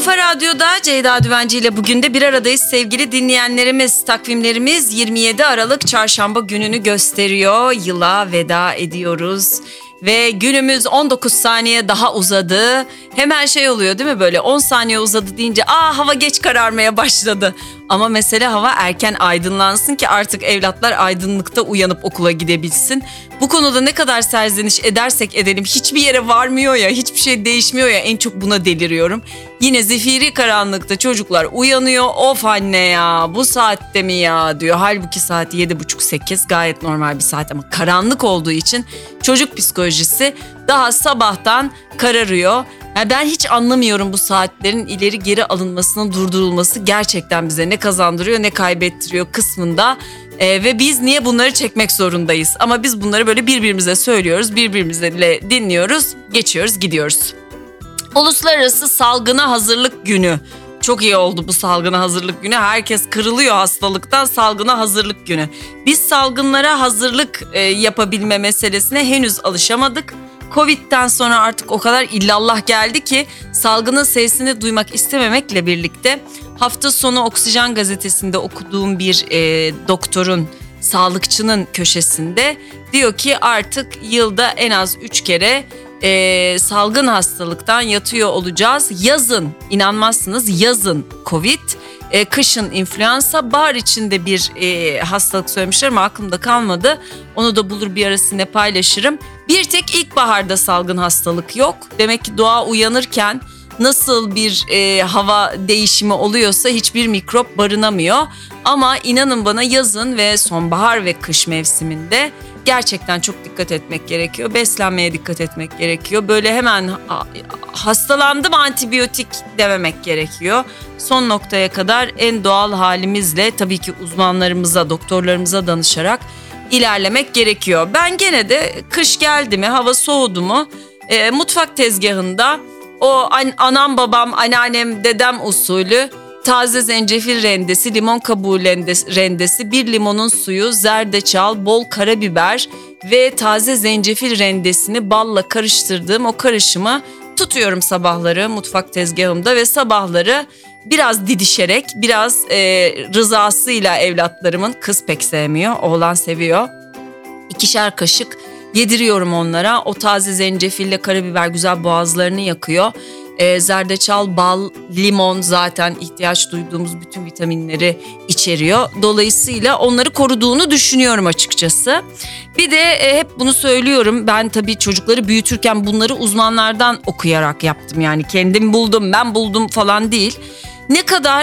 Kafa Radyo'da Ceyda Düvenci ile bugün de bir aradayız sevgili dinleyenlerimiz. Takvimlerimiz 27 Aralık Çarşamba gününü gösteriyor. Yıla veda ediyoruz. Ve günümüz 19 saniye daha uzadı. Hemen şey oluyor değil mi, böyle 10 saniye uzadı deyince hava geç kararmaya başladı. Ama mesele hava erken aydınlansın ki artık evlatlar aydınlıkta uyanıp okula gidebilsin. Bu konuda ne kadar serzeniş edersek edelim hiçbir yere varmıyor ya, hiçbir şey değişmiyor ya, en çok buna deliriyorum. Yine zifiri karanlıkta çocuklar uyanıyor, of anne ya bu saatte mi ya diyor. Halbuki saat 7.30-8 gayet normal bir saat ama karanlık olduğu için çocuk psikolojisi daha sabahtan kararıyor. Yani ben hiç anlamıyorum bu saatlerin ileri geri alınmasının durdurulması gerçekten bize ne kazandırıyor ne kaybettiriyor kısmında. Ve biz niye bunları çekmek zorundayız? Ama biz bunları böyle birbirimize söylüyoruz, birbirimizle dinliyoruz, geçiyoruz, gidiyoruz. Uluslararası Salgına Hazırlık Günü. Çok iyi oldu bu salgına hazırlık günü. Herkes kırılıyor hastalıktan, salgına hazırlık günü. Biz salgınlara hazırlık yapabilme meselesine henüz alışamadık. Covid'den sonra artık o kadar illallah geldi ki salgının sesini duymak istememekle birlikte hafta sonu Oksijen gazetesinde okuduğum bir doktorun, sağlıkçının köşesinde diyor ki artık yılda en az 3 kere salgın hastalıktan yatıyor olacağız. Yazın, inanmazsınız, yazın Covid, kışın influenza, bahar içinde bir hastalık söylemişler ama aklımda kalmadı. Onu da bulur bir ara sizinle paylaşırım. Bir tek ilkbaharda salgın hastalık yok. Demek ki doğa uyanırken nasıl bir hava değişimi oluyorsa hiçbir mikrop barınamıyor. Ama inanın bana yazın ve sonbahar ve kış mevsiminde gerçekten çok dikkat etmek gerekiyor. Beslenmeye dikkat etmek gerekiyor. Böyle hemen hastalandım antibiyotik dememek gerekiyor. Son noktaya kadar en doğal halimizle tabii ki uzmanlarımıza, doktorlarımıza danışarak ilerlemek gerekiyor. Ben gene de kış geldi mi, hava soğudu mu mutfak tezgahında o anam babam, anneannem, dedem usulü taze zencefil rendesi, limon kabuğu rendesi, bir limonun suyu, zerdeçal, bol karabiber ve taze zencefil rendesini balla karıştırdığım o karışımı tutuyorum sabahları mutfak tezgahımda ve sabahları biraz didişerek, biraz rızasıyla evlatlarımın, kız pek sevmiyor, oğlan seviyor, 2'şer kaşık yediriyorum onlara. O taze zencefille karabiber güzel boğazlarını yakıyor. Zerdeçal, bal, limon zaten ihtiyaç duyduğumuz bütün vitaminleri içeriyor. Dolayısıyla onları koruduğunu düşünüyorum açıkçası. Bir de hep bunu söylüyorum. Ben tabii çocukları büyütürken bunları uzmanlardan okuyarak yaptım. Yani kendim buldum, ben buldum falan değil. Ne kadar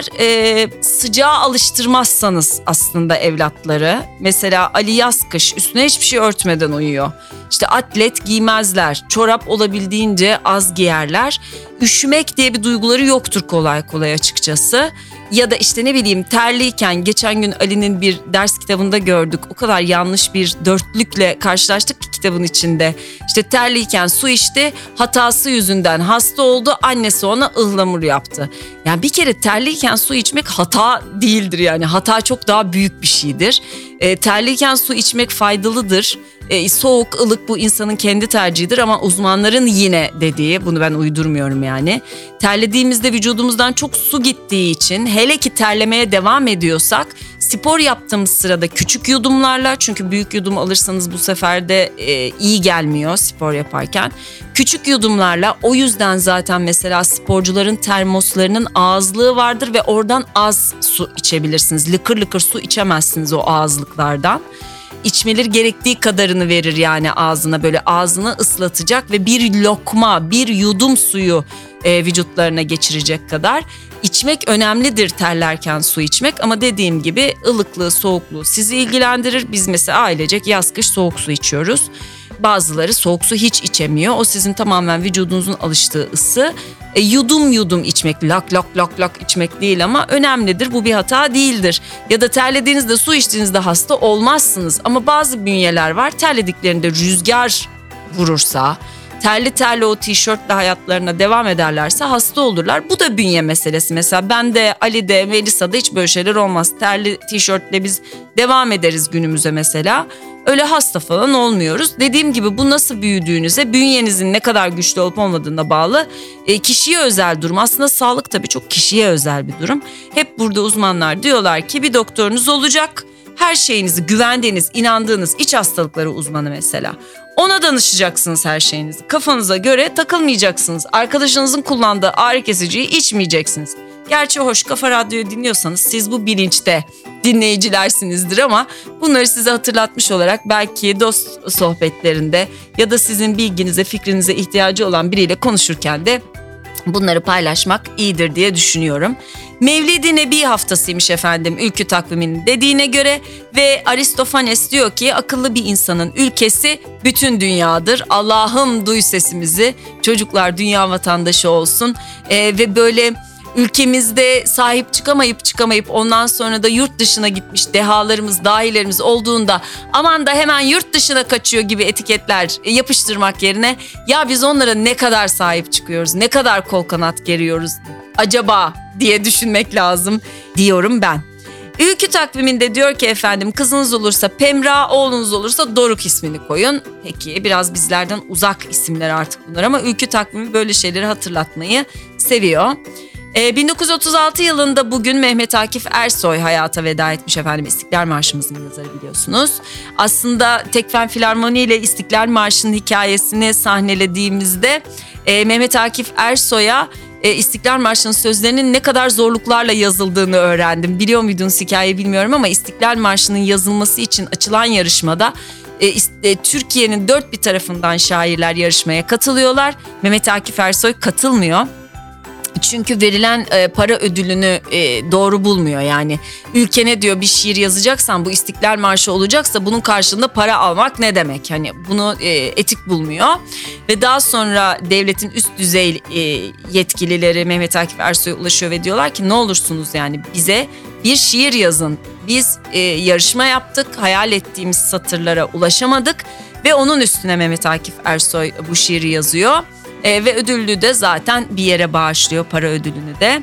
sıcağa alıştırmazsanız aslında evlatları, mesela Ali yaz kış üstüne hiçbir şey örtmeden uyuyor. İşte atlet giymezler, çorap olabildiğince az giyerler. Üşümek diye bir duyguları yoktur kolay kolay açıkçası. Ya da işte ne bileyim terliyken geçen gün Ali'nin bir ders kitabında gördük. O kadar yanlış bir dörtlükle karşılaştık ki kitabın içinde. İşte terliyken su içti, hatası yüzünden hasta oldu, annesi ona ıhlamur yaptı. Yani bir kere terliyken su içmek hata değildir yani, hata çok daha büyük bir şeydir. Terliyken su içmek faydalıdır. Soğuk, ılık bu insanın kendi tercihidir ama uzmanların yine dediği, bunu ben uydurmuyorum yani. Terlediğimizde vücudumuzdan çok su gittiği için, hele ki terlemeye devam ediyorsak spor yaptığımız sırada küçük yudumlarla, çünkü büyük yudum alırsanız bu sefer de iyi gelmiyor spor yaparken. Küçük yudumlarla, o yüzden zaten mesela sporcuların termoslarının ağızlığı vardır ve oradan az su içebilirsiniz. Lıkır lıkır su içemezsiniz o ağızlıklardan. İçmeleri gerektiği kadarını verir yani ağzına, böyle ağzını ıslatacak ve bir lokma, bir yudum suyu vücutlarına geçirecek kadar. İçmek önemlidir terlerken su içmek ama dediğim gibi ılıklığı, soğukluğu sizi ilgilendirir. Biz mesela ailecek yaz kış soğuk su içiyoruz. Bazıları soğuk su hiç içemiyor. O sizin tamamen vücudunuzun alıştığı ısı. Yudum yudum içmek, lak lak lak lak içmek değil ama önemlidir. Bu bir hata değildir. Ya da terlediğinizde, su içtiğinizde hasta olmazsınız. Ama bazı bünyeler var, terlediklerinde rüzgar vurursa, terli terli o tişörtle hayatlarına devam ederlerse hasta olurlar. Bu da bünye meselesi. Mesela ben de, Ali de, Melisa da hiç böyle şeyler olmaz. Terli tişörtle biz devam ederiz günümüze mesela. Öyle hasta falan olmuyoruz. Dediğim gibi bu nasıl büyüdüğünüze, bünyenizin ne kadar güçlü olup olmadığına bağlı. Kişiye özel durum. Aslında sağlık tabii çok kişiye özel bir durum. Hep burada uzmanlar diyorlar ki bir doktorunuz olacak. Her şeyinizi güvendiğiniz, inandığınız iç hastalıkları uzmanı mesela. Ona danışacaksınız her şeyinizi. Kafanıza göre takılmayacaksınız. Arkadaşınızın kullandığı ağrı kesiciyi içmeyeceksiniz. Gerçi hoş, Kafa Radyo'yu dinliyorsanız siz bu bilinçte dinleyicilersinizdir ama bunları size hatırlatmış olarak belki dost sohbetlerinde ya da sizin bilginize, fikrinize ihtiyacı olan biriyle konuşurken de bunları paylaşmak iyidir diye düşünüyorum. Mevlid-i Nebi haftasıymış efendim ülkü takviminin dediğine göre ve Aristofanes diyor ki akıllı bir insanın ülkesi bütün dünyadır. Allah'ım duy sesimizi, çocuklar dünya vatandaşı olsun ve böyle ülkemizde sahip çıkamayıp ondan sonra da yurt dışına gitmiş dehalarımız, dahilerimiz olduğunda aman da hemen yurt dışına kaçıyor gibi etiketler yapıştırmak yerine ya biz onlara ne kadar sahip çıkıyoruz, ne kadar kol kanat geriyoruz acaba diye düşünmek lazım diyorum ben. Ülkü takviminde diyor ki efendim kızınız olursa Pemra, oğlunuz olursa Doruk ismini koyun. Peki biraz bizlerden uzak isimler artık bunlar ama ülkü takvimi böyle şeyleri hatırlatmayı seviyor. 1936 yılında bugün Mehmet Akif Ersoy hayata veda etmiş efendim. İstiklal Marşımızın yazarı biliyorsunuz. Aslında Tekfen Filarmoni ile İstiklal Marşı'nın hikayesini sahnelediğimizde Mehmet Akif Ersoy'a İstiklal Marşı'nın sözlerinin ne kadar zorluklarla yazıldığını öğrendim. Biliyor muydunuz hikayeyi bilmiyorum ama İstiklal Marşı'nın yazılması için açılan yarışmada Türkiye'nin dört bir tarafından şairler yarışmaya katılıyorlar. Mehmet Akif Ersoy katılmıyor. Çünkü verilen para ödülünü doğru bulmuyor yani. Ülkene diyor bir şiir yazacaksan bu İstiklal Marşı olacaksa bunun karşılığında para almak ne demek? Hani bunu etik bulmuyor. Ve daha sonra devletin üst düzey yetkilileri Mehmet Akif Ersoy'a ulaşıyor ve diyorlar ki ne olursunuz yani bize bir şiir yazın. Biz yarışma yaptık, hayal ettiğimiz satırlara ulaşamadık ve onun üstüne Mehmet Akif Ersoy bu şiiri yazıyor. Ve ödülü de zaten bir yere bağışlıyor, para ödülünü de.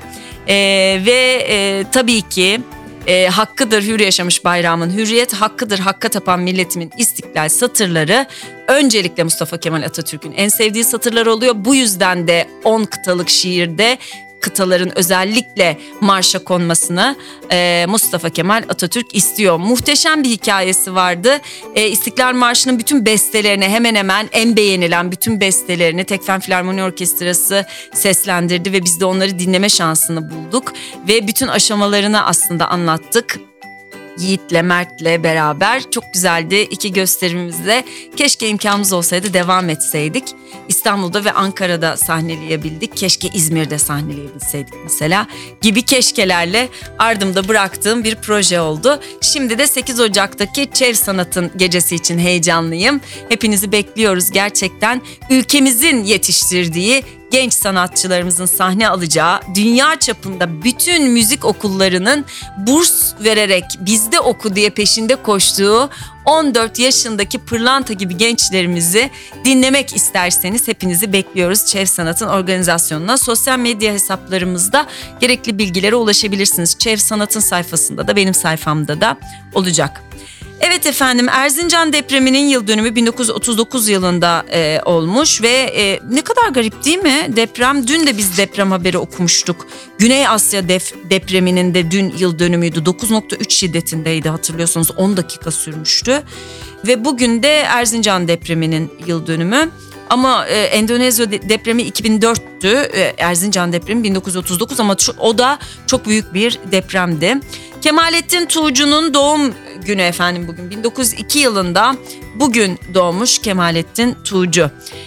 Tabii ki hakkıdır hür yaşamış bayrağımın hürriyet, hakkıdır hakka tapan milletimin istiklal satırları öncelikle Mustafa Kemal Atatürk'ün en sevdiği satırlar oluyor. Bu yüzden de 10 kıtalık şiirde kıtaların özellikle marşa konmasını Mustafa Kemal Atatürk istiyor. Muhteşem bir hikayesi vardı. İstiklal Marşı'nın bütün bestelerini hemen hemen en beğenilen bütün bestelerini Tekfen Filarmoni Orkestrası seslendirdi ve biz de onları dinleme şansını bulduk. Ve bütün aşamalarını aslında anlattık. Yiğit'le, Mert'le beraber çok güzeldi. İki gösterimimizde keşke imkanımız olsaydı devam etseydik. İstanbul'da ve Ankara'da sahneleyebildik. Keşke İzmir'de sahneleyebilseydik mesela gibi keşkelerle ardımda bıraktığım bir proje oldu. Şimdi de 8 Ocak'taki Çev Sanat'ın gecesi için heyecanlıyım. Hepinizi bekliyoruz gerçekten. Ülkemizin yetiştirdiği genç sanatçılarımızın sahne alacağı, dünya çapında bütün müzik okullarının burs vererek bizde oku diye peşinde koştuğu 14 yaşındaki pırlanta gibi gençlerimizi dinlemek isterseniz hepinizi bekliyoruz Çev Sanat'ın organizasyonuna. Sosyal medya hesaplarımızda gerekli bilgilere ulaşabilirsiniz. Çev Sanat'ın sayfasında da benim sayfamda da olacak. Evet efendim, Erzincan depreminin yıl dönümü 1939 yılında olmuş ve ne kadar garip değil mi? Deprem, dün de biz deprem haberi okumuştuk. Güney Asya depreminin de dün yıl dönümüydü. 9.3 şiddetindeydi, hatırlıyorsanız 10 dakika sürmüştü. Ve bugün de Erzincan depreminin yıl dönümü. Ama Endonezya depremi 2004'tü, Erzincan depremi 1939 ama o da çok büyük bir depremdi. Kemalettin Tuğcu'nun doğum günü efendim bugün. 1902 yılında bugün doğmuş Kemalettin Tuğcu.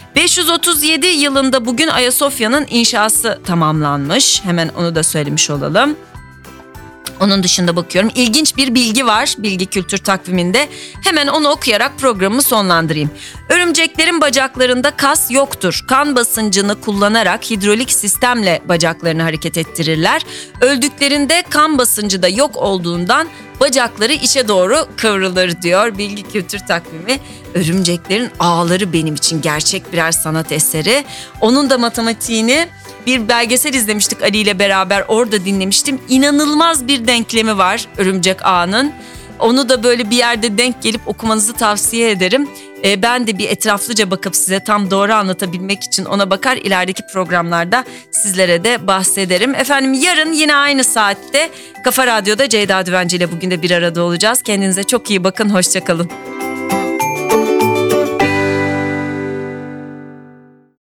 537 yılında bugün Ayasofya'nın inşası tamamlanmış. Hemen onu da söylemiş olalım. Onun dışında bakıyorum. İlginç bir bilgi var Bilgi Kültür Takvimi'nde. Hemen onu okuyarak programımı sonlandırayım. Örümceklerin bacaklarında kas yoktur. Kan basıncını kullanarak hidrolik sistemle bacaklarını hareket ettirirler. Öldüklerinde kan basıncı da yok olduğundan bacakları içe doğru kıvrılır diyor Bilgi Kültür Takvimi. Örümceklerin ağları benim için gerçek birer sanat eseri. Onun da matematiğini bir belgesel izlemiştik Ali ile beraber, orada dinlemiştim. İnanılmaz bir denklemi var örümcek ağının. Onu da böyle bir yerde denk gelip okumanızı tavsiye ederim. Ben de bir etraflıca bakıp size tam doğru anlatabilmek için ona bakar. İlerideki programlarda sizlere de bahsederim. Efendim yarın yine aynı saatte Kafa Radyo'da Ceyda Düvenci ile bugün de bir arada olacağız. Kendinize çok iyi bakın, hoşça kalın.